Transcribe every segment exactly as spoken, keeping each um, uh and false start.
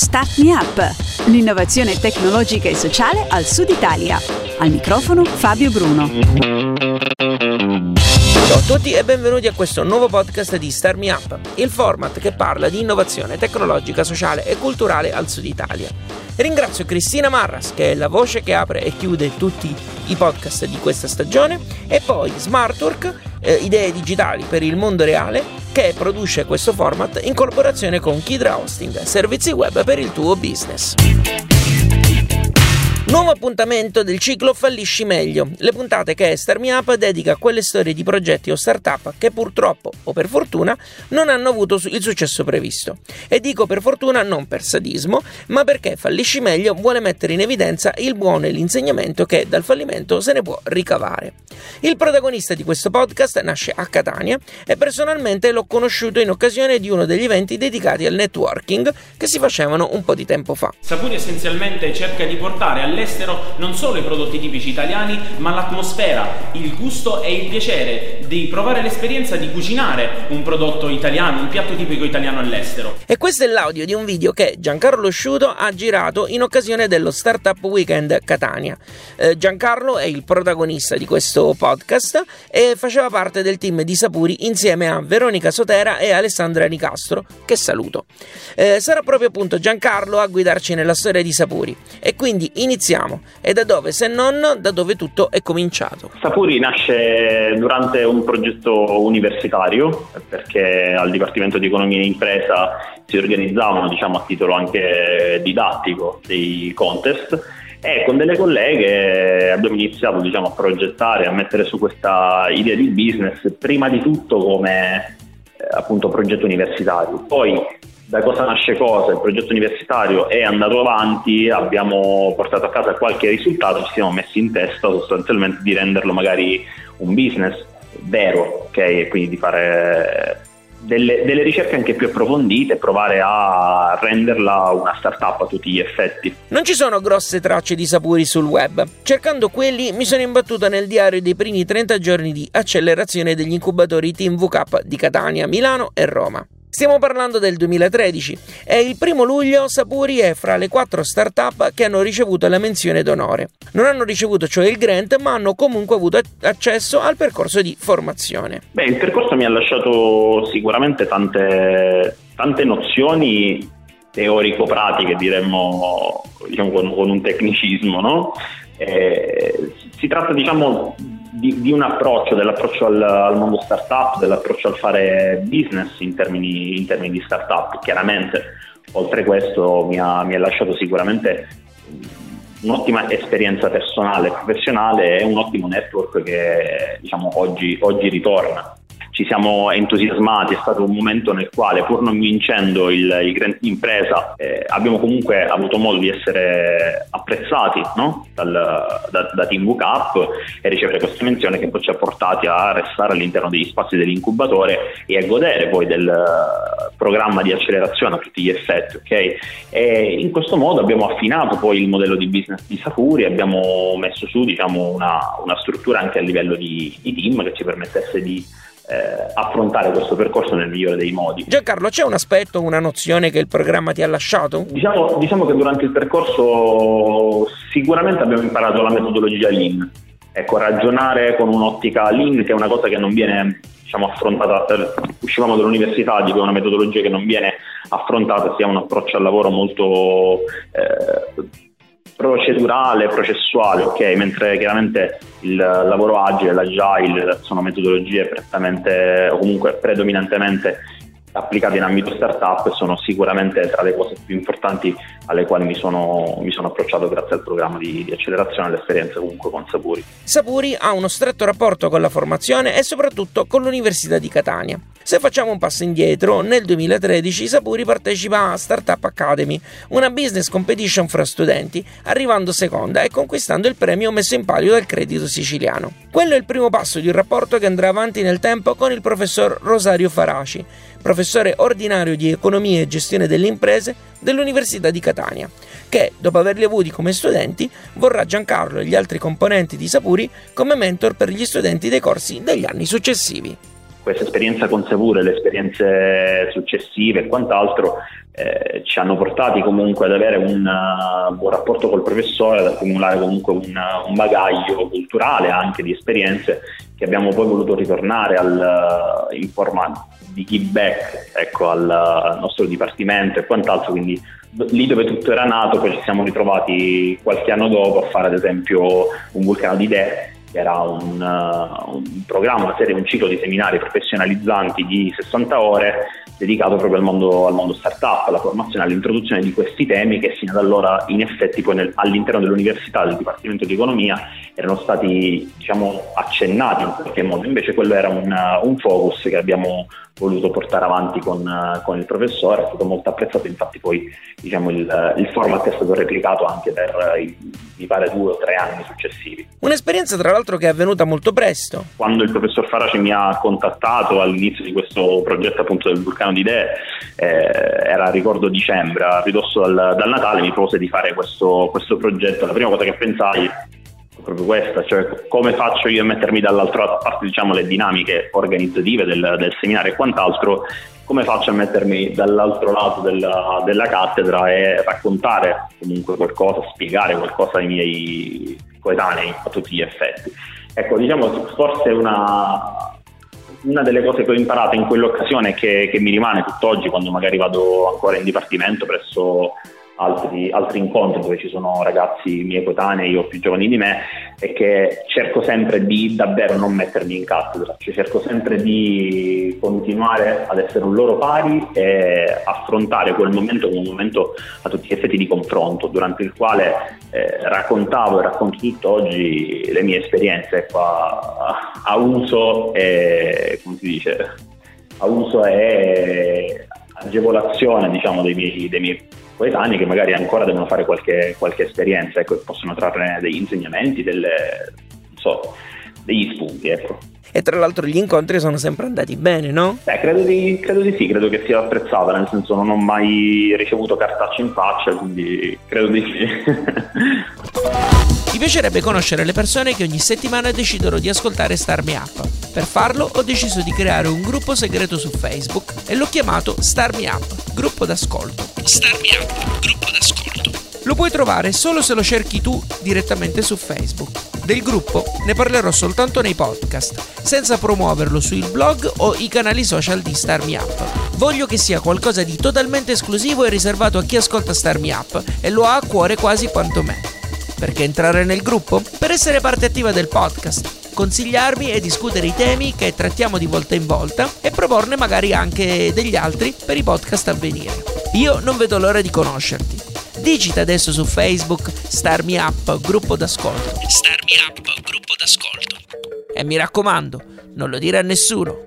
Start Me Up, l'innovazione tecnologica e sociale al Sud Italia. Al microfono Fabio Bruno. Ciao a tutti e benvenuti a questo nuovo podcast di Start Me Up, il format che parla di innovazione tecnologica, sociale e culturale al Sud Italia. Ringrazio Cristina Marras, che è la voce che apre e chiude tutti i podcast di questa stagione, e poi Smartwork, eh, idee digitali per il mondo reale, che produce questo format in collaborazione con Kidra Hosting, servizi web per il tuo business. Nuovo appuntamento del ciclo Fallisci Meglio, le puntate che Start Me Up dedica a quelle storie di progetti o startup che purtroppo, o per fortuna, non hanno avuto il successo previsto. E dico per fortuna non per sadismo, ma perché Fallisci Meglio vuole mettere in evidenza il buono e l'insegnamento che dal fallimento se ne può ricavare. Il protagonista di questo podcast nasce a Catania e personalmente l'ho conosciuto in occasione di uno degli eventi dedicati al networking che si facevano un po' di tempo fa. Sapuri essenzialmente cerca di portare all'estero non solo i prodotti tipici italiani, ma l'atmosfera, il gusto e il piacere di provare l'esperienza di cucinare un prodotto italiano, un piatto tipico italiano all'estero. E questo è l'audio di un video che Giancarlo Sciuto ha girato in occasione dello Startup Weekend Catania. Eh, Giancarlo è il protagonista di questo podcast e faceva parte del team di Sapuri insieme a Veronica Sotera e Alessandra Nicastro, che saluto. Eh, sarà proprio appunto Giancarlo a guidarci nella storia di Sapuri. E quindi iniziamo. E da dove, se non da dove tutto è cominciato? Sapuri nasce durante un progetto universitario, perché al Dipartimento di Economia e Impresa si organizzavano, diciamo, a titolo anche didattico dei contest, e con delle colleghe abbiamo iniziato, diciamo, a progettare, a mettere su questa idea di business, prima di tutto come eh, appunto progetto universitario. Poi da cosa nasce cosa, il progetto universitario è andato avanti, abbiamo portato a casa qualche risultato, ci siamo messi in testa sostanzialmente di renderlo magari un business vero, ok? E quindi di fare delle, delle ricerche anche più approfondite, provare a renderla una startup a tutti gli effetti. Non ci sono grosse tracce di Sapuri sul web. Cercando quelli mi sono imbattuta nel diario dei primi trenta giorni di accelerazione degli incubatori Team V K di Catania, Milano e Roma. Stiamo parlando del duemilatredici e il primo luglio Sapuri è fra le quattro startup che hanno ricevuto la menzione d'onore. Non hanno ricevuto cioè il grant, ma hanno comunque avuto accesso al percorso di formazione. Beh, il percorso mi ha lasciato sicuramente tante, tante nozioni teorico-pratiche, diremmo, diciamo con, con un tecnicismo, no? Eh, si tratta, diciamo, di, di un approccio, dell'approccio al, al mondo startup, dell'approccio al fare business in termini, in termini di startup. Chiaramente, oltre questo, mi ha, mi ha lasciato sicuramente un'ottima esperienza personale e professionale e un ottimo network che, diciamo, oggi, oggi ritorna. Ci siamo entusiasmati, è stato un momento nel quale, pur non vincendo il, il grant d'impresa, eh, abbiamo comunque avuto modo di essere apprezzati, no? Dal, da, da Team V K e ricevere questa menzione che poi ci ha portati a restare all'interno degli spazi dell'incubatore e a godere poi del programma di accelerazione a tutti gli effetti, ok? E in questo modo abbiamo affinato poi il modello di business di Sapuri, abbiamo messo su, diciamo, una, una struttura anche a livello di, di team che ci permettesse di Eh, affrontare questo percorso nel migliore dei modi. Giancarlo, c'è un aspetto, una nozione che il programma ti ha lasciato? Diciamo, diciamo che durante il percorso sicuramente abbiamo imparato la metodologia Lean. Ecco, ragionare con un'ottica Lean, che è una cosa che non viene, diciamo, affrontata. Uscivamo dall'università, dico, una metodologia che non viene affrontata, sia un approccio al lavoro molto eh, procedurale, processuale, ok? Mentre chiaramente il lavoro agile, l'agile sono metodologie prettamente o comunque predominantemente applicate in ambito startup e sono sicuramente tra le cose più importanti alle quali mi sono, mi sono approcciato grazie al programma di, di accelerazione all'esperienza comunque con Sapuri. Sapuri ha uno stretto rapporto con la formazione e soprattutto con l'Università di Catania. Se facciamo un passo indietro, nel duemilatredici Sapuri partecipa a Startup Academy, una business competition fra studenti, arrivando seconda e conquistando il premio messo in palio dal Credito Siciliano. Quello è il primo passo di un rapporto che andrà avanti nel tempo con il professor Rosario Faraci, professore ordinario di Economia e Gestione delle Imprese dell'Università di Catania, che, dopo averli avuti come studenti, vorrà Giancarlo e gli altri componenti di Sapuri come mentor per gli studenti dei corsi degli anni successivi. questa esperienza con Sapuri, le esperienze successive e quant'altro eh, ci hanno portati comunque ad avere un uh, buon rapporto col professore, ad accumulare comunque un, un bagaglio culturale anche di esperienze che abbiamo poi voluto ritornare al, uh, in forma di give back, ecco, al, al nostro dipartimento e quant'altro, quindi lì dove tutto era nato poi ci siamo ritrovati qualche anno dopo a fare ad esempio un Vulcano di Idee, che era un, uh, un programma, una serie, un ciclo di seminari professionalizzanti di sessanta ore dedicato proprio al mondo, al mondo startup, alla formazione, all'introduzione di questi temi che fino ad allora in effetti poi nel, all'interno dell'università, del Dipartimento di Economia, erano stati diciamo accennati in qualche modo, invece quello era un, un focus che abbiamo voluto portare avanti con, con il professore, è stato molto apprezzato, infatti poi diciamo il, il format è stato replicato anche per i, mi pare due o tre anni successivi. Un'esperienza tra l'altro che è avvenuta molto presto. Quando il professor Faraci mi ha contattato all'inizio di questo progetto appunto del Vulcano di Idee, eh, era ricordo dicembre, a ridosso dal, dal Natale, mi propose di fare questo, questo progetto. La prima cosa che pensai proprio questa, cioè come faccio io a mettermi dall'altro lato, a parte diciamo le dinamiche organizzative del, del seminario e quant'altro, come faccio a mettermi dall'altro lato della, della cattedra e raccontare comunque qualcosa, spiegare qualcosa ai miei coetanei a tutti gli effetti. Ecco, diciamo forse una una delle cose che ho imparato in quell'occasione che, che mi rimane tutt'oggi quando magari vado ancora in dipartimento presso Altri, altri incontri dove ci sono ragazzi miei coetanei o più giovani di me, è che cerco sempre di davvero non mettermi in cattedra, cioè cerco sempre di continuare ad essere un loro pari e affrontare quel momento come un momento a tutti gli effetti di confronto, durante il quale eh, raccontavo e racconto tutt'oggi le mie esperienze qua a, a uso e come si dice a uso e agevolazione diciamo dei miei, dei miei coetanei che magari ancora devono fare qualche, qualche esperienza, ecco, e possono trarre degli insegnamenti, delle, non so, degli spunti, ecco. E tra l'altro gli incontri sono sempre andati bene, no? Beh, credo di, credo di sì, credo che sia apprezzata, nel senso non ho mai ricevuto cartacce in faccia, quindi credo di sì. Mi piacerebbe conoscere le persone che ogni settimana decidono di ascoltare Start Me Up. Per farlo ho deciso di creare un gruppo segreto su Facebook e l'ho chiamato Start Me Up, gruppo d'ascolto. Start Me Up, gruppo d'ascolto. Lo puoi trovare solo se lo cerchi tu direttamente su Facebook. Del gruppo ne parlerò soltanto nei podcast, senza promuoverlo sul blog o i canali social di Start Me Up. Voglio che sia qualcosa di totalmente esclusivo e riservato a chi ascolta Start Me Up e lo ha a cuore quasi quanto me. Perché entrare nel gruppo? Per essere parte attiva del podcast, consigliarmi e discutere i temi che trattiamo di volta in volta e proporne magari anche degli altri per i podcast a venire. Io non vedo l'ora di conoscerti. Digita adesso su Facebook Start Me Up, gruppo d'ascolto. Start Me Up, gruppo d'ascolto. E mi raccomando, non lo dire a nessuno.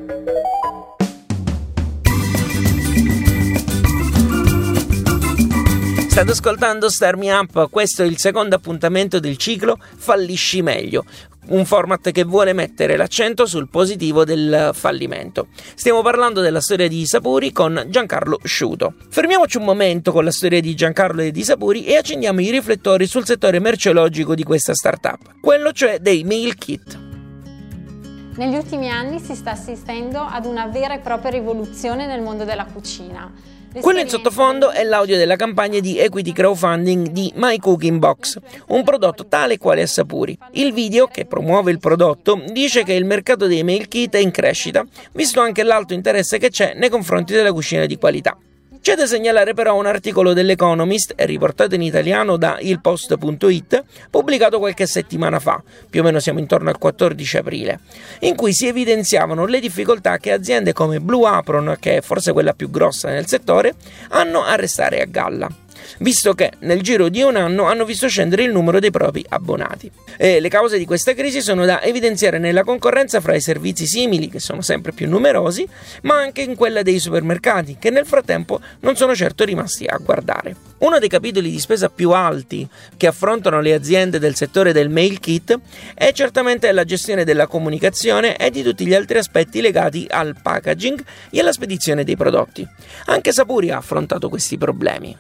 State ascoltando Start Me Up, questo è il secondo appuntamento del ciclo Fallisci meglio, un format che vuole mettere l'accento sul positivo del fallimento. Stiamo parlando della storia di Sapuri con Giancarlo Sciuto. Fermiamoci un momento con la storia di Giancarlo e di Sapuri e accendiamo i riflettori sul settore merceologico di questa startup, quello cioè dei meal kit. Negli ultimi anni si sta assistendo ad una vera e propria rivoluzione nel mondo della cucina. Quello in sottofondo è l'audio della campagna di equity crowdfunding di My Cooking Box, un prodotto tale quale a Sapuri. Il video, che promuove il prodotto, dice che il mercato dei meal kit è in crescita, visto anche l'alto interesse che c'è nei confronti della cucina di qualità. C'è da segnalare però un articolo dell'Economist, riportato in italiano da il post punto it, pubblicato qualche settimana fa, più o meno siamo intorno al quattordici aprile, in cui si evidenziavano le difficoltà che aziende come Blue Apron, che è forse quella più grossa nel settore, hanno a restare a galla, visto che nel giro di un anno hanno visto scendere il numero dei propri abbonati. E le cause di questa crisi sono da evidenziare nella concorrenza fra i servizi simili, che sono sempre più numerosi, ma anche in quella dei supermercati, che nel frattempo non sono certo rimasti a guardare. Uno dei capitoli di spesa più alti che affrontano le aziende del settore del meal kit è certamente la gestione della comunicazione e di tutti gli altri aspetti legati al packaging e alla spedizione dei prodotti. Anche Sapuri ha affrontato questi problemi. Eh,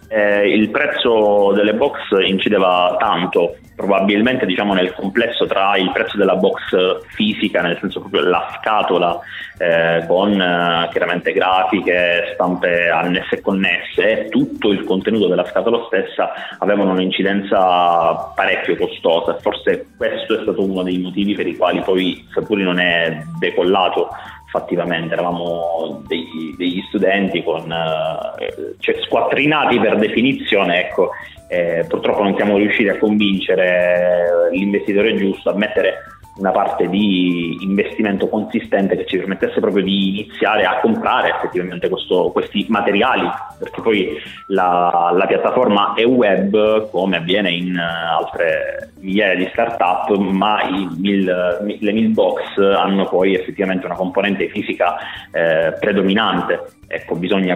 il prezzo delle box incideva tanto, probabilmente diciamo nel complesso tra il prezzo della box fisica, nel senso proprio la scatola eh, con eh, chiaramente grafiche, stampe annesse e connesse, e tutto il contenuto della scatola stessa avevano un'incidenza parecchio costosa. Forse questo è stato uno dei motivi per i quali poi Sapuri non è decollato fattivamente. Eravamo degli, degli studenti con eh, cioè, squattrinati per definizione, ecco. Eh, purtroppo non siamo riusciti a convincere l'investitore giusto a mettere una parte di investimento consistente che ci permettesse proprio di iniziare a comprare effettivamente questo, questi materiali, perché poi la, la piattaforma è web, come avviene in altre migliaia di startup, ma i mil, le Milbox hanno poi effettivamente una componente fisica eh, predominante. Ecco, bisogna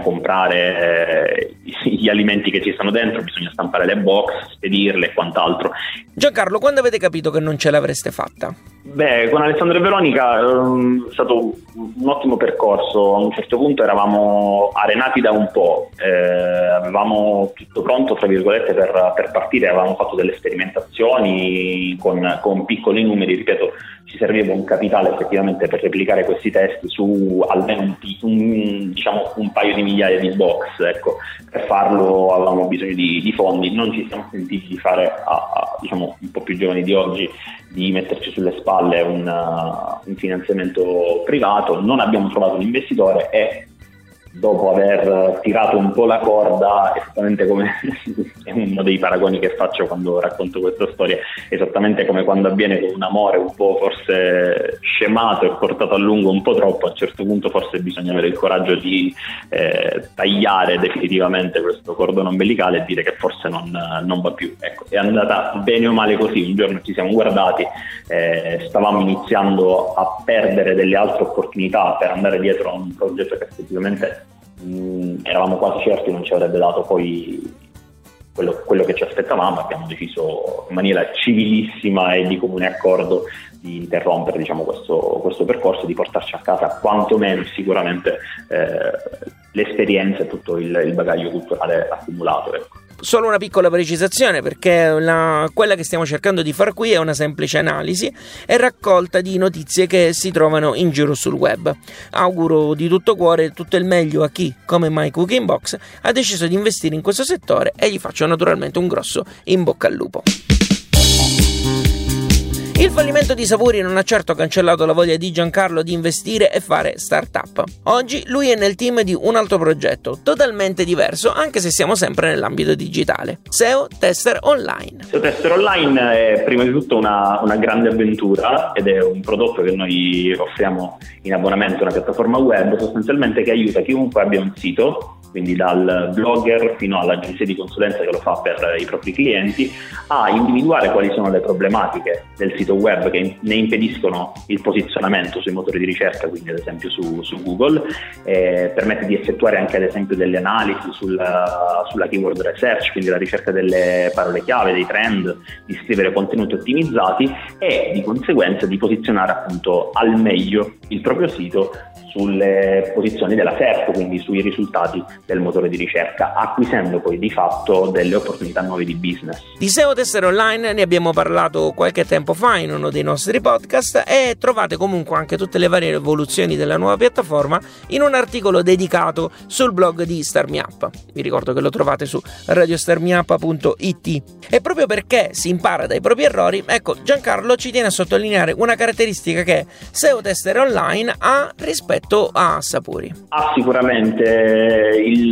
comprare eh, gli alimenti che ci stanno dentro, bisogna stampare le box, spedirle e quant'altro. Giancarlo, quando avete capito che non ce l'avreste fatta? Beh, con Alessandro e Veronica um, è stato un ottimo percorso. A un certo punto eravamo arenati da un po', eh, avevamo tutto pronto, tra virgolette, per, per partire, avevamo fatto delle sperimentazioni con, con piccoli numeri, ripeto, ci serviva un capitale effettivamente per replicare questi test su almeno un, un, diciamo, un paio di migliaia di box, ecco. Per farlo avevamo bisogno di, di fondi, non ci siamo sentiti di fare a, a diciamo un po' più giovani di oggi, di metterci sulle spalle un, uh, un finanziamento privato, non abbiamo trovato un investitore e dopo aver tirato un po' la corda, esattamente come è uno dei paragoni che faccio quando racconto questa storia, esattamente come quando avviene con un amore un po' forse scemato e portato a lungo un po' troppo, a un certo punto forse bisogna avere il coraggio di eh, tagliare definitivamente questo cordone ombelicale e dire che forse non, non va più. Ecco, è andata bene o male così. Un giorno ci siamo guardati, eh, stavamo iniziando a perdere delle altre opportunità per andare dietro a un progetto che effettivamente mh, eravamo quasi certi non ci avrebbe dato poi quello, quello che ci aspettavamo. Abbiamo deciso in maniera civilissima e di comune accordo di interrompere, diciamo, questo, questo percorso, di portarci a casa quantomeno sicuramente eh, l'esperienza e tutto il, il bagaglio culturale accumulato, ecco. Solo una piccola precisazione, perché la, quella che stiamo cercando di far qui è una semplice analisi e raccolta di notizie che si trovano in giro sul web. Auguro di tutto cuore tutto il meglio a chi, come My Cooking Box, ha deciso di investire in questo settore e gli faccio naturalmente un grosso in bocca al lupo. Il fallimento di Sapuri non ha certo cancellato la voglia di Giancarlo di investire e fare startup. Oggi lui è nel team di un altro progetto, totalmente diverso, anche se siamo sempre nell'ambito digitale. S E O Tester Online. S E O Tester Online è prima di tutto una, una grande avventura ed è un prodotto che noi offriamo in abbonamento, una piattaforma web sostanzialmente che aiuta chiunque abbia un sito, quindi dal blogger fino all'agenzia di consulenza che lo fa per i propri clienti, a individuare quali sono le problematiche del sito web che ne impediscono il posizionamento sui motori di ricerca, quindi ad esempio su, su Google, eh, permette di effettuare anche ad esempio delle analisi sulla, sulla keyword research, quindi la ricerca delle parole chiave, dei trend, di scrivere contenuti ottimizzati e di conseguenza di posizionare appunto al meglio il proprio sito sulle posizioni della S E R P, quindi sui risultati del motore di ricerca, acquisendo poi di fatto delle opportunità nuove di business. Di S E O Tester Online ne abbiamo parlato qualche tempo fa in uno dei nostri podcast e trovate comunque anche tutte le varie evoluzioni della nuova piattaforma in un articolo dedicato sul blog di StarMeUp. Vi ricordo che lo trovate su radio star me up punto it. E proprio perché si impara dai propri errori, ecco, Giancarlo ci tiene a sottolineare una caratteristica che S E O Tester Online ha rispetto a Sapuri. Ha sicuramente il,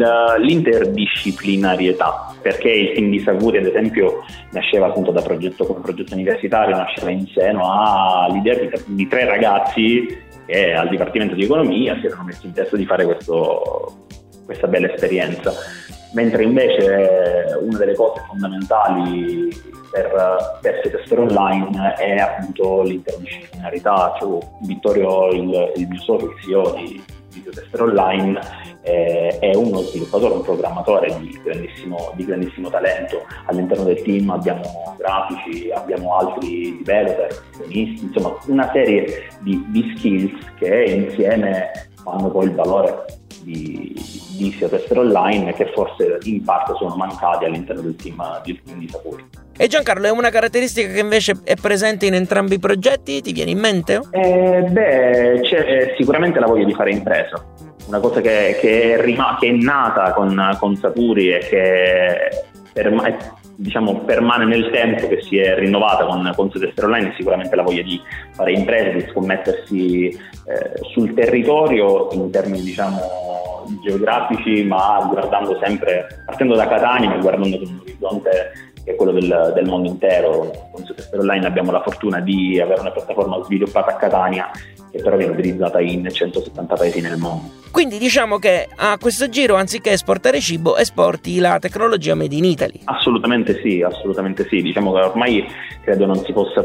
l'interdisciplinarietà, perché il team di Sapuri ad esempio nasceva appunto da progetto come progetto universitario, nasceva in seno all'idea di, di tre ragazzi che al Dipartimento di Economia si erano messi in testa di fare questo, questa bella esperienza, mentre invece una delle cose fondamentali per, per S E O Tester Online è appunto l'interdisciplinarità. Cioè, Vittorio, il, il mio socio, il C E O di, di S E O Tester Online, eh, è uno sviluppatore, un programmatore di grandissimo, di grandissimo talento. All'interno del team abbiamo grafici, abbiamo altri developer, professionisti, insomma una serie di, di skills che insieme fanno poi il valore di, di sia tester online che forse in parte sono mancati all'interno del team, del team di Sapuri. E Giancarlo, è una caratteristica che invece è presente in entrambi i progetti? Ti viene in mente? Eh, beh, c'è sicuramente la voglia di fare impresa, una cosa che, che, è, rima- che è nata con, con Sapuri e che perma- diciamo, permane nel tempo, che si è rinnovata con, con Tester Online, è sicuramente la voglia di fare impresa, di scommettersi eh, sul territorio in termini, diciamo, geografici, ma guardando sempre, partendo da Catania, ma guardando con un orizzonte che è quello del, del mondo intero. Con Tester Online abbiamo la fortuna di avere una piattaforma sviluppata a Catania che però viene utilizzata in centosettanta paesi nel mondo. Quindi diciamo che a questo giro, anziché esportare cibo, esporti la tecnologia made in Italy. Assolutamente sì, assolutamente sì. Diciamo che ormai credo non si possa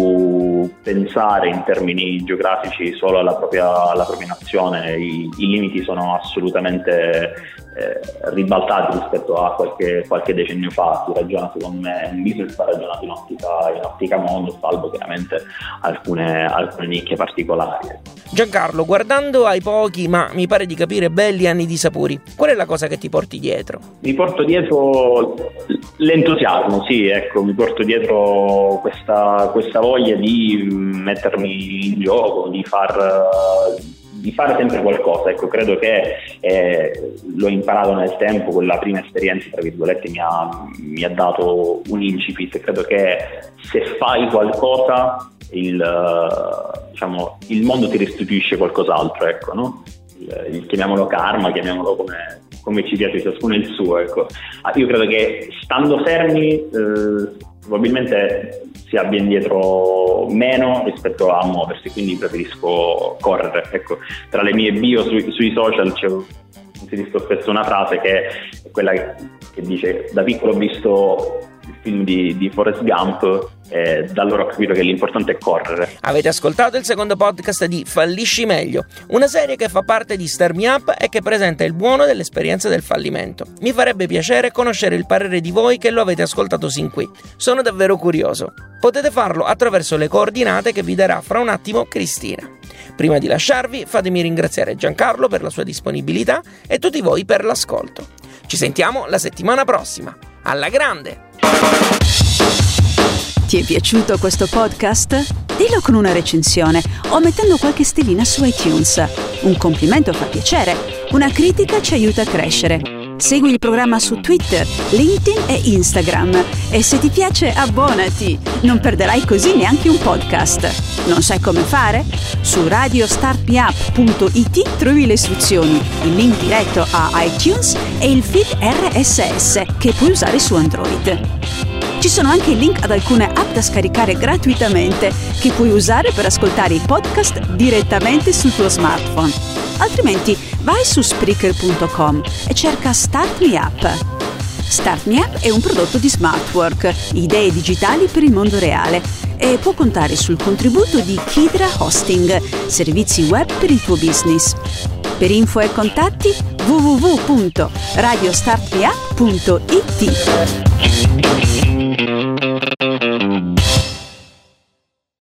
più pensare in termini geografici solo alla propria, alla propria nazione. I, i limiti sono assolutamente eh, ribaltati rispetto a qualche, qualche decennio fa. Si ragiona, secondo me, un business va ragionato in ottica, in ottica mondo, salvo chiaramente alcune, alcune nicchie particolari. Giancarlo, guardando ai pochi, ma mi pare di capire belli anni di Sapuri, qual è la cosa che ti porti dietro? Mi porto dietro l'entusiasmo, sì, ecco, mi porto dietro questa, questa voglia di mettermi in gioco, di far, di fare sempre qualcosa. Ecco, credo che eh, l'ho imparato nel tempo, quella prima esperienza, tra virgolette, mi ha, mi ha dato un incipit. Credo che se fai qualcosa il, diciamo, il mondo ti restituisce qualcos'altro, ecco, no? Il, il, chiamiamolo karma, chiamiamolo come, come ci piace, ciascuno il suo, ecco. Io credo che stando fermi eh, probabilmente si abbia indietro meno rispetto a muoversi, quindi preferisco correre, ecco. Tra le mie bio sui, sui social c'è inserisco spesso una frase che è quella che, che dice: da piccolo ho visto il film di, di Forrest Gump e da allora ho capito che l'importante è correre. Avete ascoltato il secondo podcast di Fallisci Meglio, una serie che fa parte di Start Me Up e che presenta il buono dell'esperienza del fallimento. Mi farebbe piacere conoscere il parere di voi che lo avete ascoltato sin qui. Sono davvero curioso. Potete farlo attraverso le coordinate che vi darà fra un attimo Cristina. Prima di lasciarvi, fatemi ringraziare Giancarlo per la sua disponibilità e tutti voi per l'ascolto. Ci sentiamo la settimana prossima. Alla grande! Ti è piaciuto questo podcast? Dillo con una recensione o mettendo qualche stellina su iTunes. Un complimento fa piacere, una critica ci aiuta a crescere. Segui il programma su Twitter, LinkedIn e Instagram. E se ti piace, abbonati! Non perderai così neanche un podcast. Non sai come fare? Su radio start me up punto it trovi le istruzioni, il link diretto a iTunes e il feed R S S che puoi usare su Android. Ci sono anche i link ad alcune app da scaricare gratuitamente che puoi usare per ascoltare i podcast direttamente sul tuo smartphone. Altrimenti vai su Spreaker punto com e cerca Start Me Up. Start Me Up è un prodotto di Smartwork, idee digitali per il mondo reale, e può contare sul contributo di Kidra Hosting, servizi web per il tuo business. Per info e contatti w w w punto radio start me up punto it.